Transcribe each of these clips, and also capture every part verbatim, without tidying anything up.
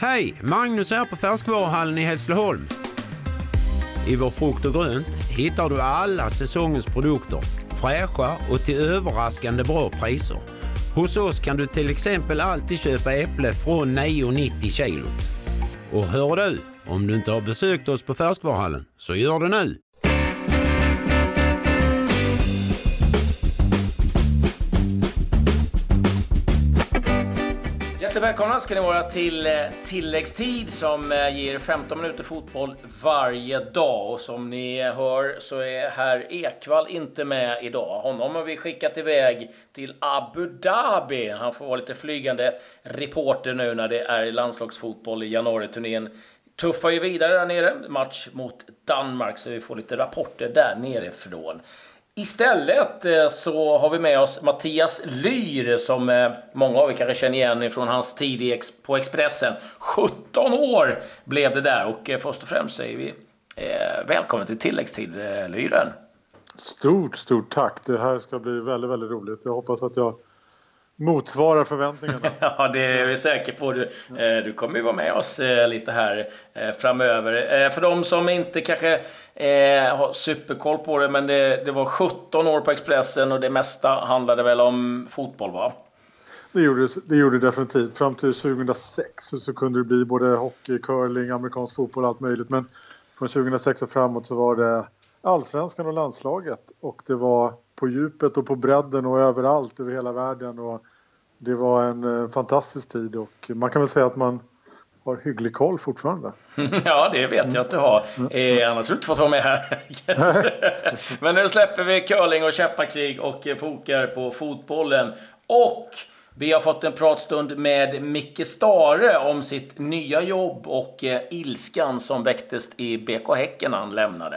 Hej, Magnus här på Färskvaruhallen i Hässleholm. I vår frukt och grönt hittar du alla säsongens produkter, fräscha och till överraskande bra priser. Hos oss kan du till exempel alltid köpa äpple från nio nittio kilo. Och hör du, om du inte har besökt oss på Färskvaruhallen så gör det nu. Hjärtligt välkomna ska ni vara till tilläggstid som ger femton minuter fotboll varje dag. Och som ni hör så är herr Ekvall inte med idag. Honom har vi skickat iväg till Abu Dhabi. Han får vara lite flygande reporter nu när det är landslagsfotboll i januari-turnén. Tuffar ju vidare där nere. Match mot Danmark, så vi får lite rapporter där nerifrån. Istället så har vi med oss Mattias Lyr som många av er kanske känner igen från hans tid på Expressen. sjutton år blev det där, och först och främst säger vi eh, välkommen till tilläggstid, Lyren. Stort, stort tack. Det här ska bli väldigt, väldigt roligt. Jag hoppas att jag motsvarar förväntningarna. Ja, det är vi säker på. Du, du kommer ju vara med oss lite här framöver. För de som inte kanske eh, har superkoll på det, men det, det var sjutton år på Expressen och det mesta handlade väl om fotboll, va? Det gjorde det gjorde definitivt. Fram till tjugohundrasex så kunde det bli både hockey, curling, amerikansk fotboll och allt möjligt. Men från tjugohundrasex och framåt så var det allsvenskan och landslaget. Och det var på djupet och på bredden och överallt över hela världen. Och det var en eh, fantastisk tid, och man kan väl säga att man har hygglig koll fortfarande. Ja, det vet jag att du har. Eh, annars skulle du inte få vara med här. Yes. Men nu släpper vi curling och käppakrig och fokar på fotbollen. Och vi har fått en pratstund med Micke Stare om sitt nya jobb och eh, ilskan som väcktes i B K Häcken när han lämnade.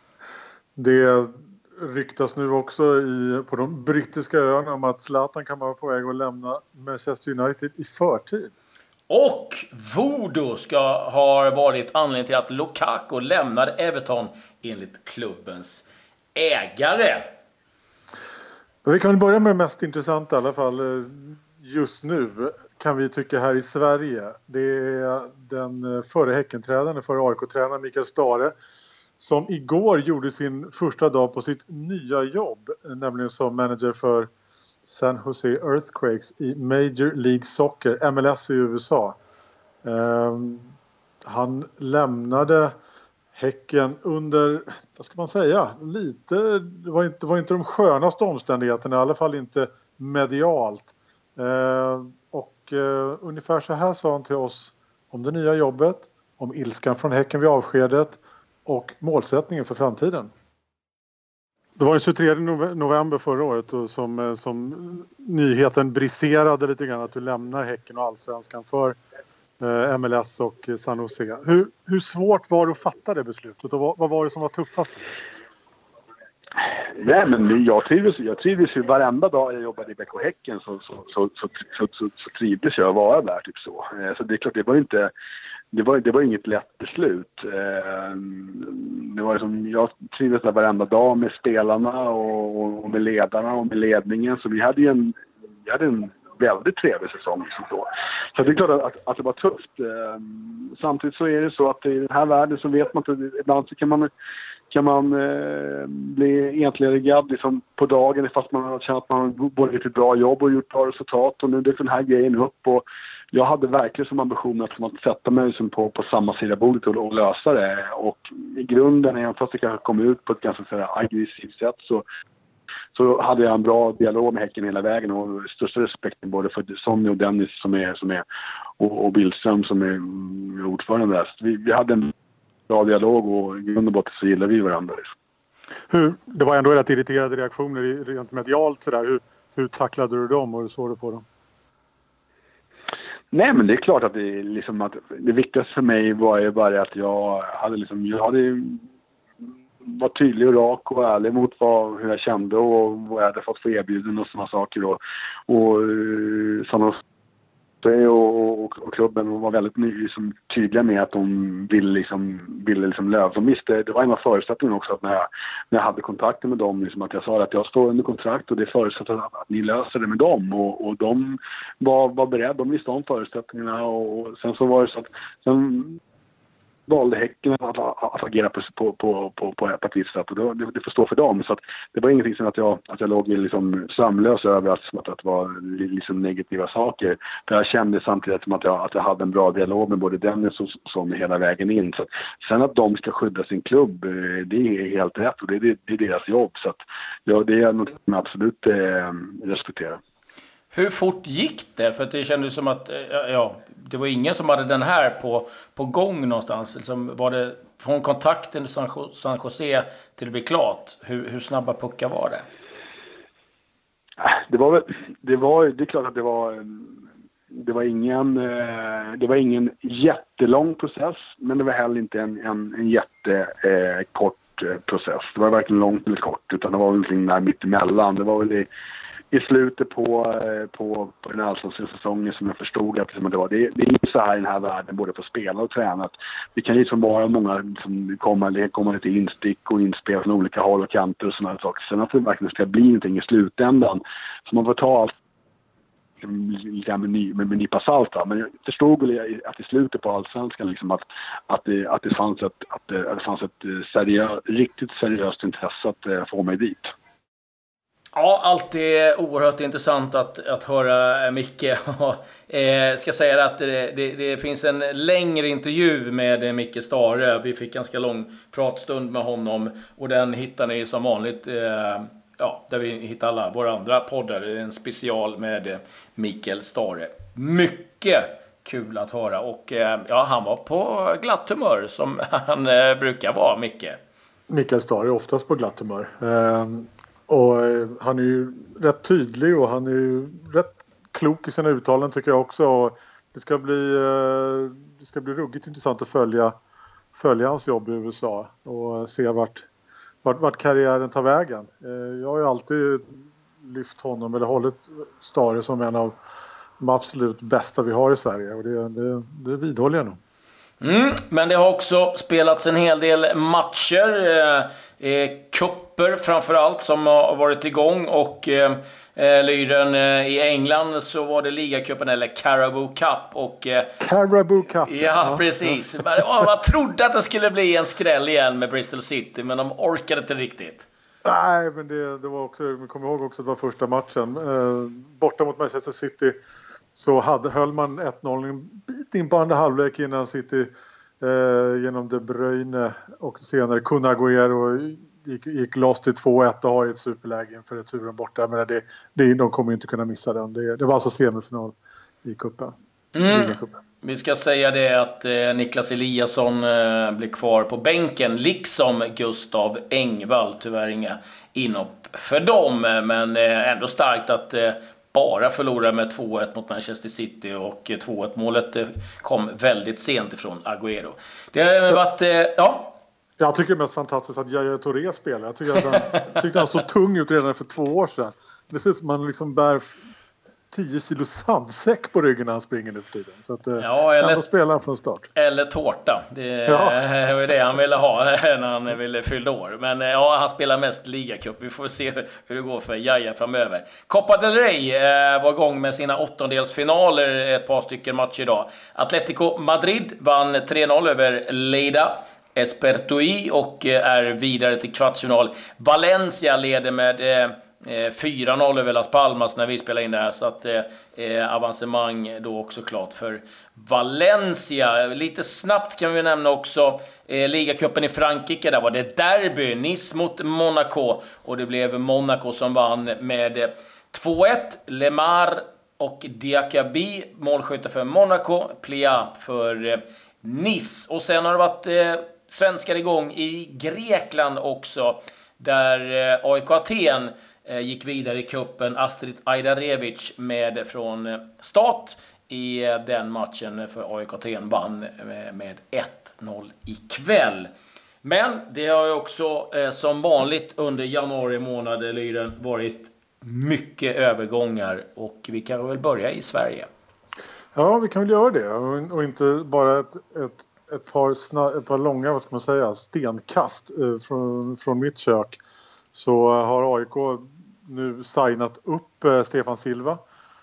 Det ryktas nu också i, på de brittiska öarna om att Zlatan kan vara på väg att lämna Manchester United i förtid. Och Voodoo ska ha varit anledning till att Lukaku lämnade Everton enligt klubbens ägare. Vi kan börja med det mest intressanta i alla fall just nu, kan vi tycka, här i Sverige. Det är den före Häckentränaren, före A I K-tränaren Mikael Stare, som igår gjorde sin första dag på sitt nya jobb, nämligen som manager för San Jose Earthquakes i Major League Soccer, M L S i U S A. Um, han lämnade Häcken under, vad ska man säga, lite, det var inte, det var inte de skönaste omständigheterna, i alla fall inte medialt. Uh, och uh, ungefär så här sa han till oss om det nya jobbet, om ilskan från Häcken vid avskedet och målsättningen för framtiden. Det var den tjugotredje november förra året och som, som nyheten briserade lite grann att du lämnar Häcken och Allsvenskan för eh, M L S och San Jose. Hur, hur svårt var det att fatta det beslutet och vad, vad var det som var tuffast? Nej, men jag trivdes, jag trivdes ju varenda dag jag jobbade i B K Häcken så, så, så, så, så, så, så trivdes jag att vara där typ så. Så det är klart, det var inte... Det var, det var inget lätt beslut. Det var liksom, jag trivdes där varenda dag med spelarna och, och med ledarna och med ledningen. Så vi hade ju en, vi hade en väldigt trevlig säsong. Så, så det är klart att, att det var tufft. Samtidigt så är det så att i den här världen så vet man att ibland så kan man, kan man eh, bli entledigad liksom på dagen fast man har känt att man har både gjort ett bra jobb och gjort bra resultat. Och nu dök den här grejen upp och jag hade verkligen som ambition att man sätta mig liksom på, på samma sida bordet och, och lösa det. Och i grunden, även fast det kanske kom ut på ett ganska så här aggressivt sätt, så, så hade jag en bra dialog med Häcken hela vägen och största respekten både för Sonny och Dennis som är, som är och, och Billström som är ordförande där. Så vi, vi hade en bra dialog och i grund och botten så gillar vi varandra. Liksom. Hur, det var ändå rätt irriterade reaktioner rent medialt sådär. Hur, hur tacklade du dem och hur såg du på dem? Nej, men det är klart att det, liksom att det viktigaste för mig var ju bara att jag hade liksom, jag hade var tydlig och rak och ärlig mot vad, hur jag kände och vad jag hade fått för erbjuden och sådana saker. Och, och sådana Och, och, och klubben var väldigt ny, liksom, tydliga med att de ville liksom, ville liksom lösa. De visste, det var en av förutsättningarna också att när jag, när jag hade kontakter med dem, liksom, att jag sa att jag står under kontrakt och det förutsätter att, att ni löser det med dem. Och, och de var, var beredda, de visste om förutsättningarna och sen så var det så att sen valde Häcken att, att, att agera på, på, på, på, på ett visst sätt och det, det, det får stå för dem. Så att det var ingenting som att jag, att jag låg liksom sömnlös över att, att det var liksom negativa saker. För jag kände samtidigt som att jag, att jag hade en bra dialog med både Dennis och som hela vägen in. Så att, sen att de ska skydda sin klubb, det är helt rätt och det, det, det är deras jobb. Så att, ja, det är något som jag absolut eh, respekterar. Hur fort gick det? För att det kändes som att ja, det var ingen som hade den här på, på gång någonstans. Liksom, var det från kontakten i San, San Jose till det blev klart? Hur, hur snabba puckar var det? Det var väl, det var, det är klart att det var, det var ingen, det var ingen jättelång process, men det var heller inte en, en, en jättekort eh, process. Det var varken långt eller kort, utan det var någonting där mitt emellan. Det var väl i, i slutet på, på, på den allsvenska säsongen som jag förstod att det var. Det, det är så här i den här världen, både för spelare och tränare. Det kan ju liksom vara många som kommer, det kommer lite instick och inspel från olika håll och kanter och sådana saker. Sen att det verkligen ska bli någonting i slutändan. Så man får ta allt lite med, ny, med, med nypa salt. Men jag förstod att i slutet på allsvenskan liksom att, att, det, att det fanns ett, att det, att det fanns ett seriö, riktigt seriöst intresse att få mig dit. Ja, alltid oerhört intressant att, att höra Micke. Jag ska säga att det, det, det finns en längre intervju med Micke Stare. Vi fick ganska lång pratstund med honom och den hittar ni som vanligt ja, där vi hittar alla våra andra poddar. En special med Mikael Stare. Mycket kul att höra och ja, han var på glatt humör som han brukar vara, Micke. Mikael Stare är oftast på glatt humör. Och han är ju rätt tydlig och han är ju rätt klok i sina uttalanden tycker jag också. Och det ska bli, det ska bli ruggigt intressant att följa, följa hans jobb i U S A och se vart, vart, vart karriären tar vägen. Jag har ju alltid lyft honom eller hållit Stare som en av de absolut bästa vi har i Sverige och det, det, det vidhåller jag nog. Mm, men det har också spelats en hel del matcher, eh, eh, kupper framförallt som har varit igång och eh, Lyren eh, i England så var det ligacupen eller Carabao Cup och eh, Carabao Cup. Ja, ja. Precis. Men, oh, man trodde att det skulle bli en skräll igen med Bristol City men de orkade inte riktigt. Nej, men det, det var också, jag kommer ihåg också att det var första matchen eh, borta mot Manchester City. Så hade, höll man ett noll en bit in på andra halvlek innan City eh, genom De Bruyne och senare Kun Agüero gick, gick loss till två ett och har ett superläge inför returen borta. Men det, det, de kommer ju inte kunna missa den. Det, det var alltså semifinal i kuppen. Mm. Vi ska säga det att eh, Niklas Eliasson eh, blir kvar på bänken liksom Gustav Engvall. Tyvärr inga inhopp för dem, men eh, ändå starkt att eh, bara förlora med två ett mot Manchester City och två ett målet kom väldigt sent ifrån Agüero. Det har varit, ja. Jag tycker det är mest fantastiskt att Yaya Touré spelar. Jag tycker att han, tyckte han så tung ut redan för två år sedan. Det ser ut som att man liksom bär tio kilo sandsäck på ryggen när han springer nu för tiden. Så att, ja, eller, han spelar från start. Eller tårta. Det ja. var det han ville ha när han ville fylla år. Men ja, han spelar mest ligacup. Vi får se hur det går för Jaja framöver. Copa del Rey eh, var igång med sina åttondelsfinaler ett par stycken matcher idag. Atletico Madrid vann tre noll över Lleida Espertui och är vidare till kvartsfinal. Valencia leder med eh, fyra noll över Las Palmas när vi spelar in det här, så att eh, avancemang då också klart för Valencia. Lite snabbt kan vi nämna också eh, ligacupen i Frankrike. Där var det derby, Nice mot Monaco, och det blev Monaco som vann med två ett. Lemar och Diakaby målskytte för Monaco, Plia för eh, Nice. Och sen har det varit eh, svenskar igång i Grekland också, där eh, A I K Aten gick vidare i kuppen. Astrid Ajdarevic med från start i den matchen för A I K Aten vann med ett noll ikväll. Men det har ju också som vanligt under januari månad Lyren varit mycket övergångar, och vi kan väl börja i Sverige. Ja, vi kan väl göra det. Och, och inte bara ett, ett, ett, par sna, ett par långa, vad ska man säga, stenkast eh, från, från mitt kök. Så har A I K nu signat upp eh, Stefan Silva.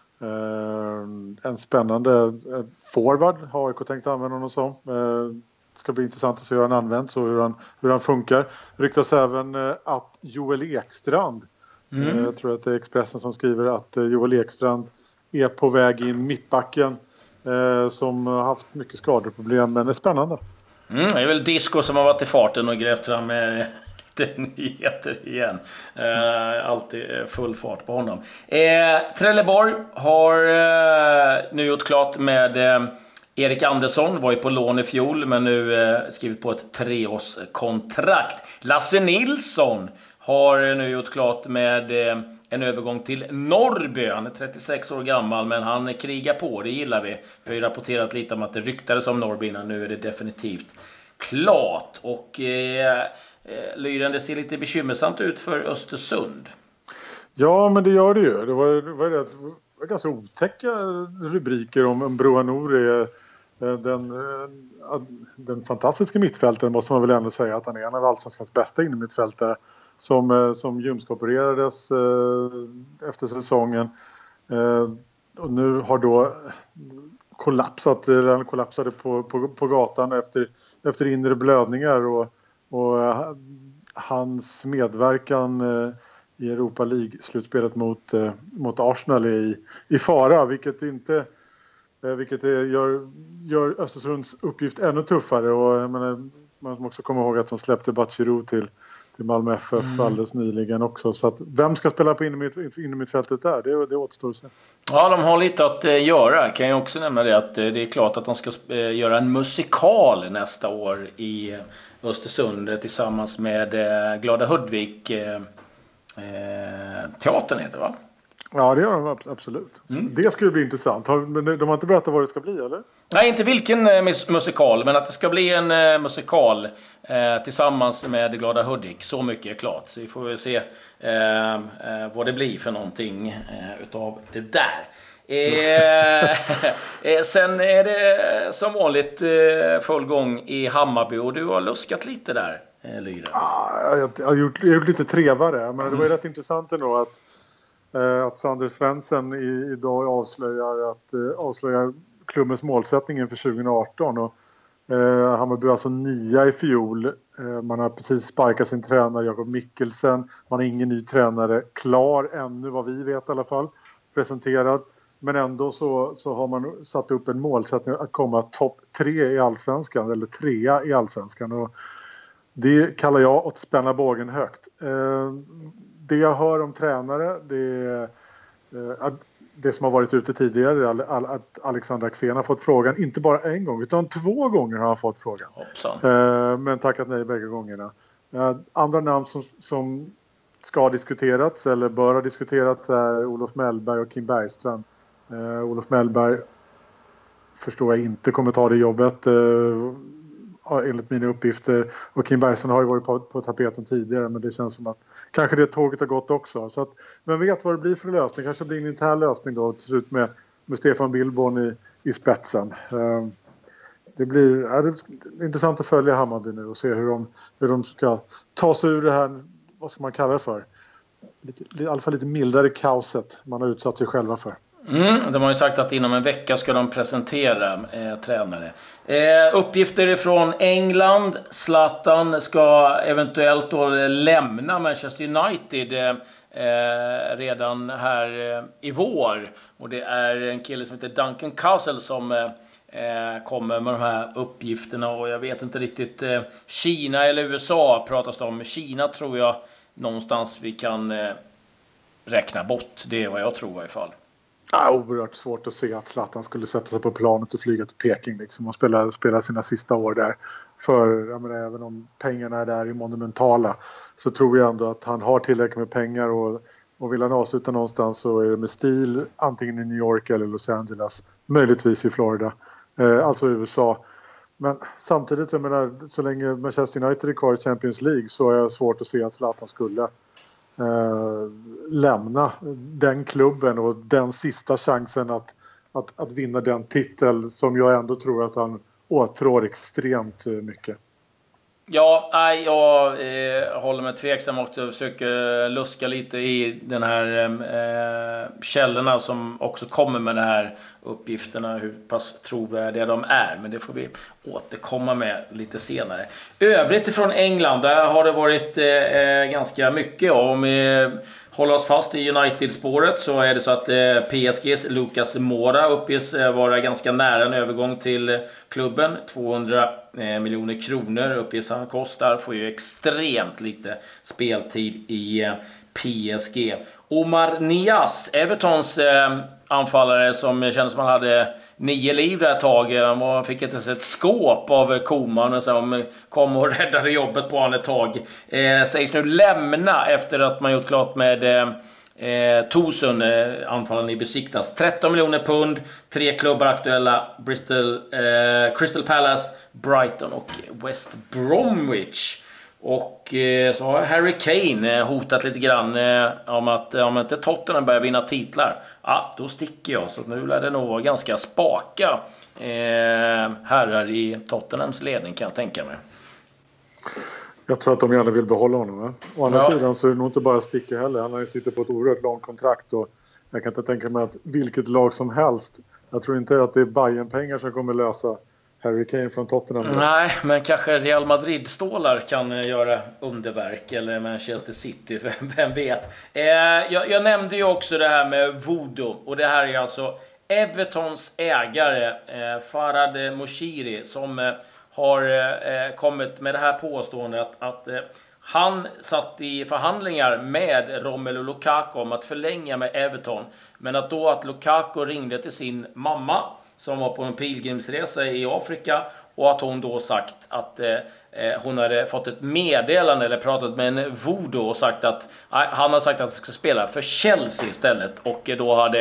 Eh, en spännande eh, forward har A I K tänkt använda honom som. Eh, det ska bli intressant att se hur han används och hur han, hur han funkar. Ryktas även eh, att Joel Ekstrand, mm. eh, jag tror att det är Expressen som skriver att eh, Joel Ekstrand är på väg in mittbacken eh, som har haft mycket skadeproblem, men är spännande. Mm, det är väl Disco som har varit i farten och grävt fram med lite nyheter igen. Eh, alltid full fart på honom. Eh, Trelleborg har eh, nu gjort klart med eh, Erik Andersson, var ju på lån i fjol men nu eh, skrivit på ett treårskontrakt. Lasse Nilsson har nu gjort klart med eh, en övergång till Norrby. Han är trettiosex år gammal men han krigar på, det gillar vi. Vi har ju rapporterat lite om att det ryktades om Norrby innan, nu är det definitivt klart. Och eh, Lyren, det ser lite bekymmersamt ut för Östersund. Ja, men det gör det ju. Det var, det var, det var ganska otäcka rubriker om, om Broa Nor är den, den fantastiska mittfältaren, måste man väl ändå säga att han är en av allsvenskans bästa innermittfältare. Som, som ljumskopererades eh, efter säsongen. Eh, och nu har då kollapsat, den kollapsade på, på, på gatan efter, efter inre blödningar. Och, och eh, hans medverkan eh, i Europa League-slutspelet mot, eh, mot Arsenal är i, i fara. Vilket, inte, eh, vilket är, gör, gör Östersunds uppgift ännu tuffare. Och jag menar, man måste också komma ihåg att de släppte Bachirou till till Malmö F F mm. alldeles nyligen också. Så att vem ska spela på innermittfältet där? Det, det återstår att se. Ja, de har lite att eh, göra. Kan jag också nämna det att eh, det är klart att de ska eh, göra en musikal nästa år i eh, Östersund eh, tillsammans med eh, Glada Hudvik eh, eh, teatern heter det, va? Ja, det gör de absolut. Mm. Det skulle bli intressant. Men de har inte berättat vad det ska bli, eller? Nej, inte vilken eh, musikal, men att det ska bli en eh, musikal eh, tillsammans med Glada Hudik. Så mycket är klart. Så vi får väl se eh, eh, vad det blir för någonting eh, utav det där. Eh, eh, sen är det som vanligt eh, full gång i Hammarby och du har luskat lite där, eh, Lyren. Ja, jag, jag, har gjort, jag har gjort lite trevare, men det var ju rätt intressant ändå att att Sander Svensson i, idag avslöjar att eh, avslöjar klubbens målsättning inför tjugo arton och eh, Hammarby alltså nia i fjol. Eh, man har precis sparkat sin tränare Jakob Mikkelsen. Man har ingen ny tränare klar ännu, vad vi vet i alla fall, presenterad. Men ändå så, så har man satt upp en målsättning att komma topp tre i allsvenskan eller trea i allsvenskan, och det kallar jag att spänna bågen högt. Eh, Det jag hör om tränare, det är eh, det som har varit ute tidigare, att Alexander Axén har fått frågan, inte bara en gång utan två gånger har han fått frågan. Eh, men tackat nej bägge gångerna. Eh, andra namn som, som ska ha diskuterats eller bör ha diskuterats är Olof Mellberg och Kim Bergstrand. Eh, Olof Mellberg förstår jag inte kommer ta det jobbet eh, enligt mina uppgifter, och Kim Bergstrand har ju varit på, på tapeten tidigare, men det känns som att kanske det tåget har gått också. Så att, men vet vad det blir för lösning. Kanske blir en intern lösning då till slut med, med Stefan Billborn i, i spetsen. Uh, det blir ja, det är intressant att följa Hammarby nu och se hur de, hur de ska ta sig ur det här, vad ska man kalla det för? Lite, I alla fall lite mildare kaoset man har utsatt sig själva för. Mm, de har ju sagt att inom en vecka ska de presentera eh, tränare. Eh, uppgifter från England. Zlatan ska eventuellt då lämna Manchester United eh, redan här eh, i vår. Och det är en kille som heter Duncan Castle som eh, kommer med de här uppgifterna. Och jag vet inte riktigt, eh, Kina eller U S A pratas det om. Kina tror jag någonstans vi kan eh, räkna bort. Det är vad jag tror i alla fall. Ja, oerhört svårt att se att Zlatan skulle sätta sig på planet och flyga till Peking liksom, och spela, spela sina sista år där. För jag menar, även om pengarna är där i monumentala, så tror jag ändå att han har tillräckligt med pengar, och, och vill han avsluta någonstans så är det med stil antingen i New York eller Los Angeles, möjligtvis i Florida, eh, alltså U S A. Men samtidigt, jag menar, så länge Manchester United är kvar i Champions League så är det svårt att se att Zlatan skulle Eh, lämna den klubben och den sista chansen att, att, att vinna den titel som jag ändå tror att han åtrår extremt mycket. Ja, nej, jag eh, håller mig tveksam och försöker luska lite i den här eh, källorna som också kommer med de här uppgifterna, hur pass trovärdiga de är. Men det får vi återkomma med lite senare. Övrigt från England, där har det varit eh, ganska mycket. Om vi håller oss fast i United-spåret så är det så att eh, P S G:s Lucas Moura uppges vara ganska nära en övergång till klubben. tvåhundra miljoner kronor uppges han kostar. Får ju extremt lite speltid i eh, P S G. Omar Nias, Evertons eh, anfallare som kändes som han hade nio liv där ett tag. Man fick inte ett skåp av Koman som kom och räddade jobbet på han ett tag. Eh, sägs nu lämna efter att man gjort klart med eh, Tosun, eh, anfallaren i besiktas. tretton miljoner pund, tre klubbar aktuella: Bristol, eh, Crystal Palace, Brighton och West Bromwich. Och eh, så har Harry Kane eh, hotat lite grann eh, om att eh, om inte Tottenham börjar vinna titlar, ja, då sticker jag. Så nu är det nog vara ganska spaka eh, herrar i Tottenhams ledning, kan jag tänka mig. Jag tror att de gärna vill behålla honom. Va? Å andra Ja. sidan så är det nog inte bara sticka heller. Han har ju sitter på ett oerhört långt kontrakt och jag kan inte tänka mig att vilket lag som helst, jag tror inte att det är Bayern-pengar som kommer lösa Harry Kane från Tottenham. Nej, men kanske Real Madrid-stålar kan göra underverk, eller Manchester City, vem vet. Eh, jag, jag nämnde ju också det här med voodoo, och det här är alltså Evertons ägare eh, Farhad Moshiri som eh, har eh, kommit med det här påståendet att, att eh, han satt i förhandlingar med Romelu Lukaku om att förlänga med Everton, men att då att Lukaku ringde till sin mamma som var på en pilgrimsresa i Afrika, och att hon då sagt att eh, hon hade fått ett meddelande eller pratat med en voodoo och sagt att eh, han har sagt att han ska spela för Chelsea istället, och eh, då hade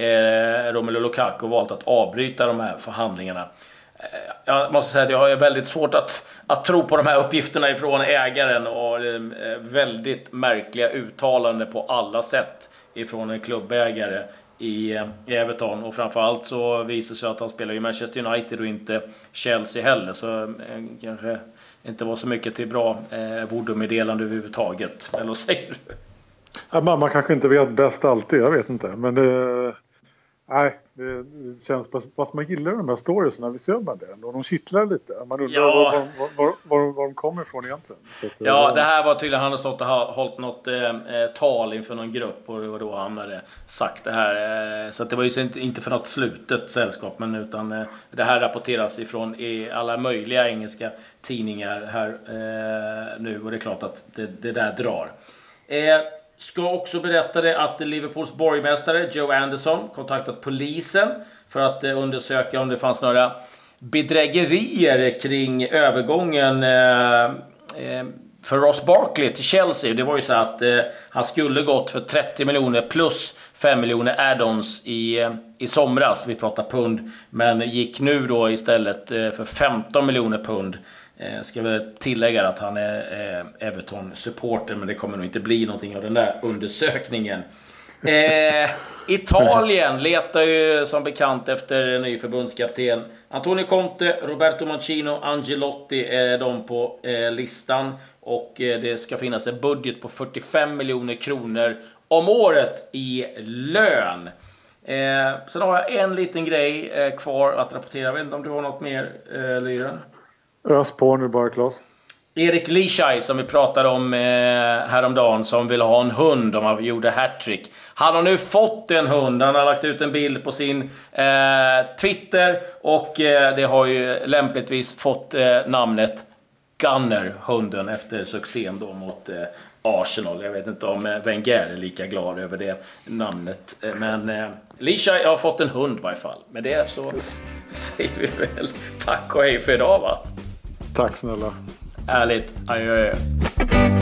eh, Romelu Lukaku valt att avbryta de här förhandlingarna. Eh, jag måste säga att jag har väldigt svårt att, att tro på de här uppgifterna ifrån ägaren, och eh, väldigt märkliga uttalanden på alla sätt ifrån en klubbägare i Everton, och framförallt så visar sig att han spelar i Manchester United och inte Chelsea heller, så eh, kanske inte var så mycket till bra eh, voodoo-meddelande överhuvudtaget. Eller vad säger du? Ja, mamma kanske inte vet bäst alltid, jag vet inte, men det, nej, det känns, fast man gillar de här storiesna, vi ser man det, och de kittlar lite, man undrar Ja. var, var, var, var, var de kommer ifrån egentligen. Så att, Ja, det här var tydligen, han har stått och hållit något eh, tal inför någon grupp, och då han hade sagt det här. Eh, så att det var ju inte, inte för något slutet sällskap, men utan eh, det här rapporteras ifrån i alla möjliga engelska tidningar här eh, nu, och det är klart att det, det där drar. Eh, ska också berätta det att Liverpools borgmästare Joe Anderson kontaktat polisen för att eh, undersöka om det fanns några bedrägerier kring övergången eh, eh, för Ross Barkley till Chelsea. Det var ju så att eh, han skulle gått för trettio miljoner plus fem miljoner add-ons i, eh, i somras, vi pratar pund, men gick nu då istället eh, för femton miljoner pund. Eh, ska väl tillägga att han är eh, Everton-supporter, men det kommer nog inte bli någonting av den där undersökningen. Eh, Italien letar ju som bekant efter en ny förbundskapten. Antonio Conte, Roberto Mancino, Angelotti är de på eh, listan, och eh, det ska finnas en budget på fyrtiofem miljoner kronor om året i lön. Eh, sen har jag en liten grej eh, kvar att rapportera. Jag vet inte om du har något mer, eh, Lyren? Ös på nu bara, Claes. Erik Lischaj som vi pratade om eh, häromdagen, som vill ha en hund om han gjorde hattrick. Han har nu fått en hund. Han har lagt ut en bild på sin eh, Twitter, och eh, det har ju lämpligtvis fått eh, namnet Gunner, hunden, efter succén då mot eh, Arsenal. Jag vet inte om eh, Wenger är lika glad över det namnet, eh, men eh, Lischaj har fått en hund i varje fall. Med det så säger vi väl tack och hej för idag, va? Tack snälla. Ärligt, adjö.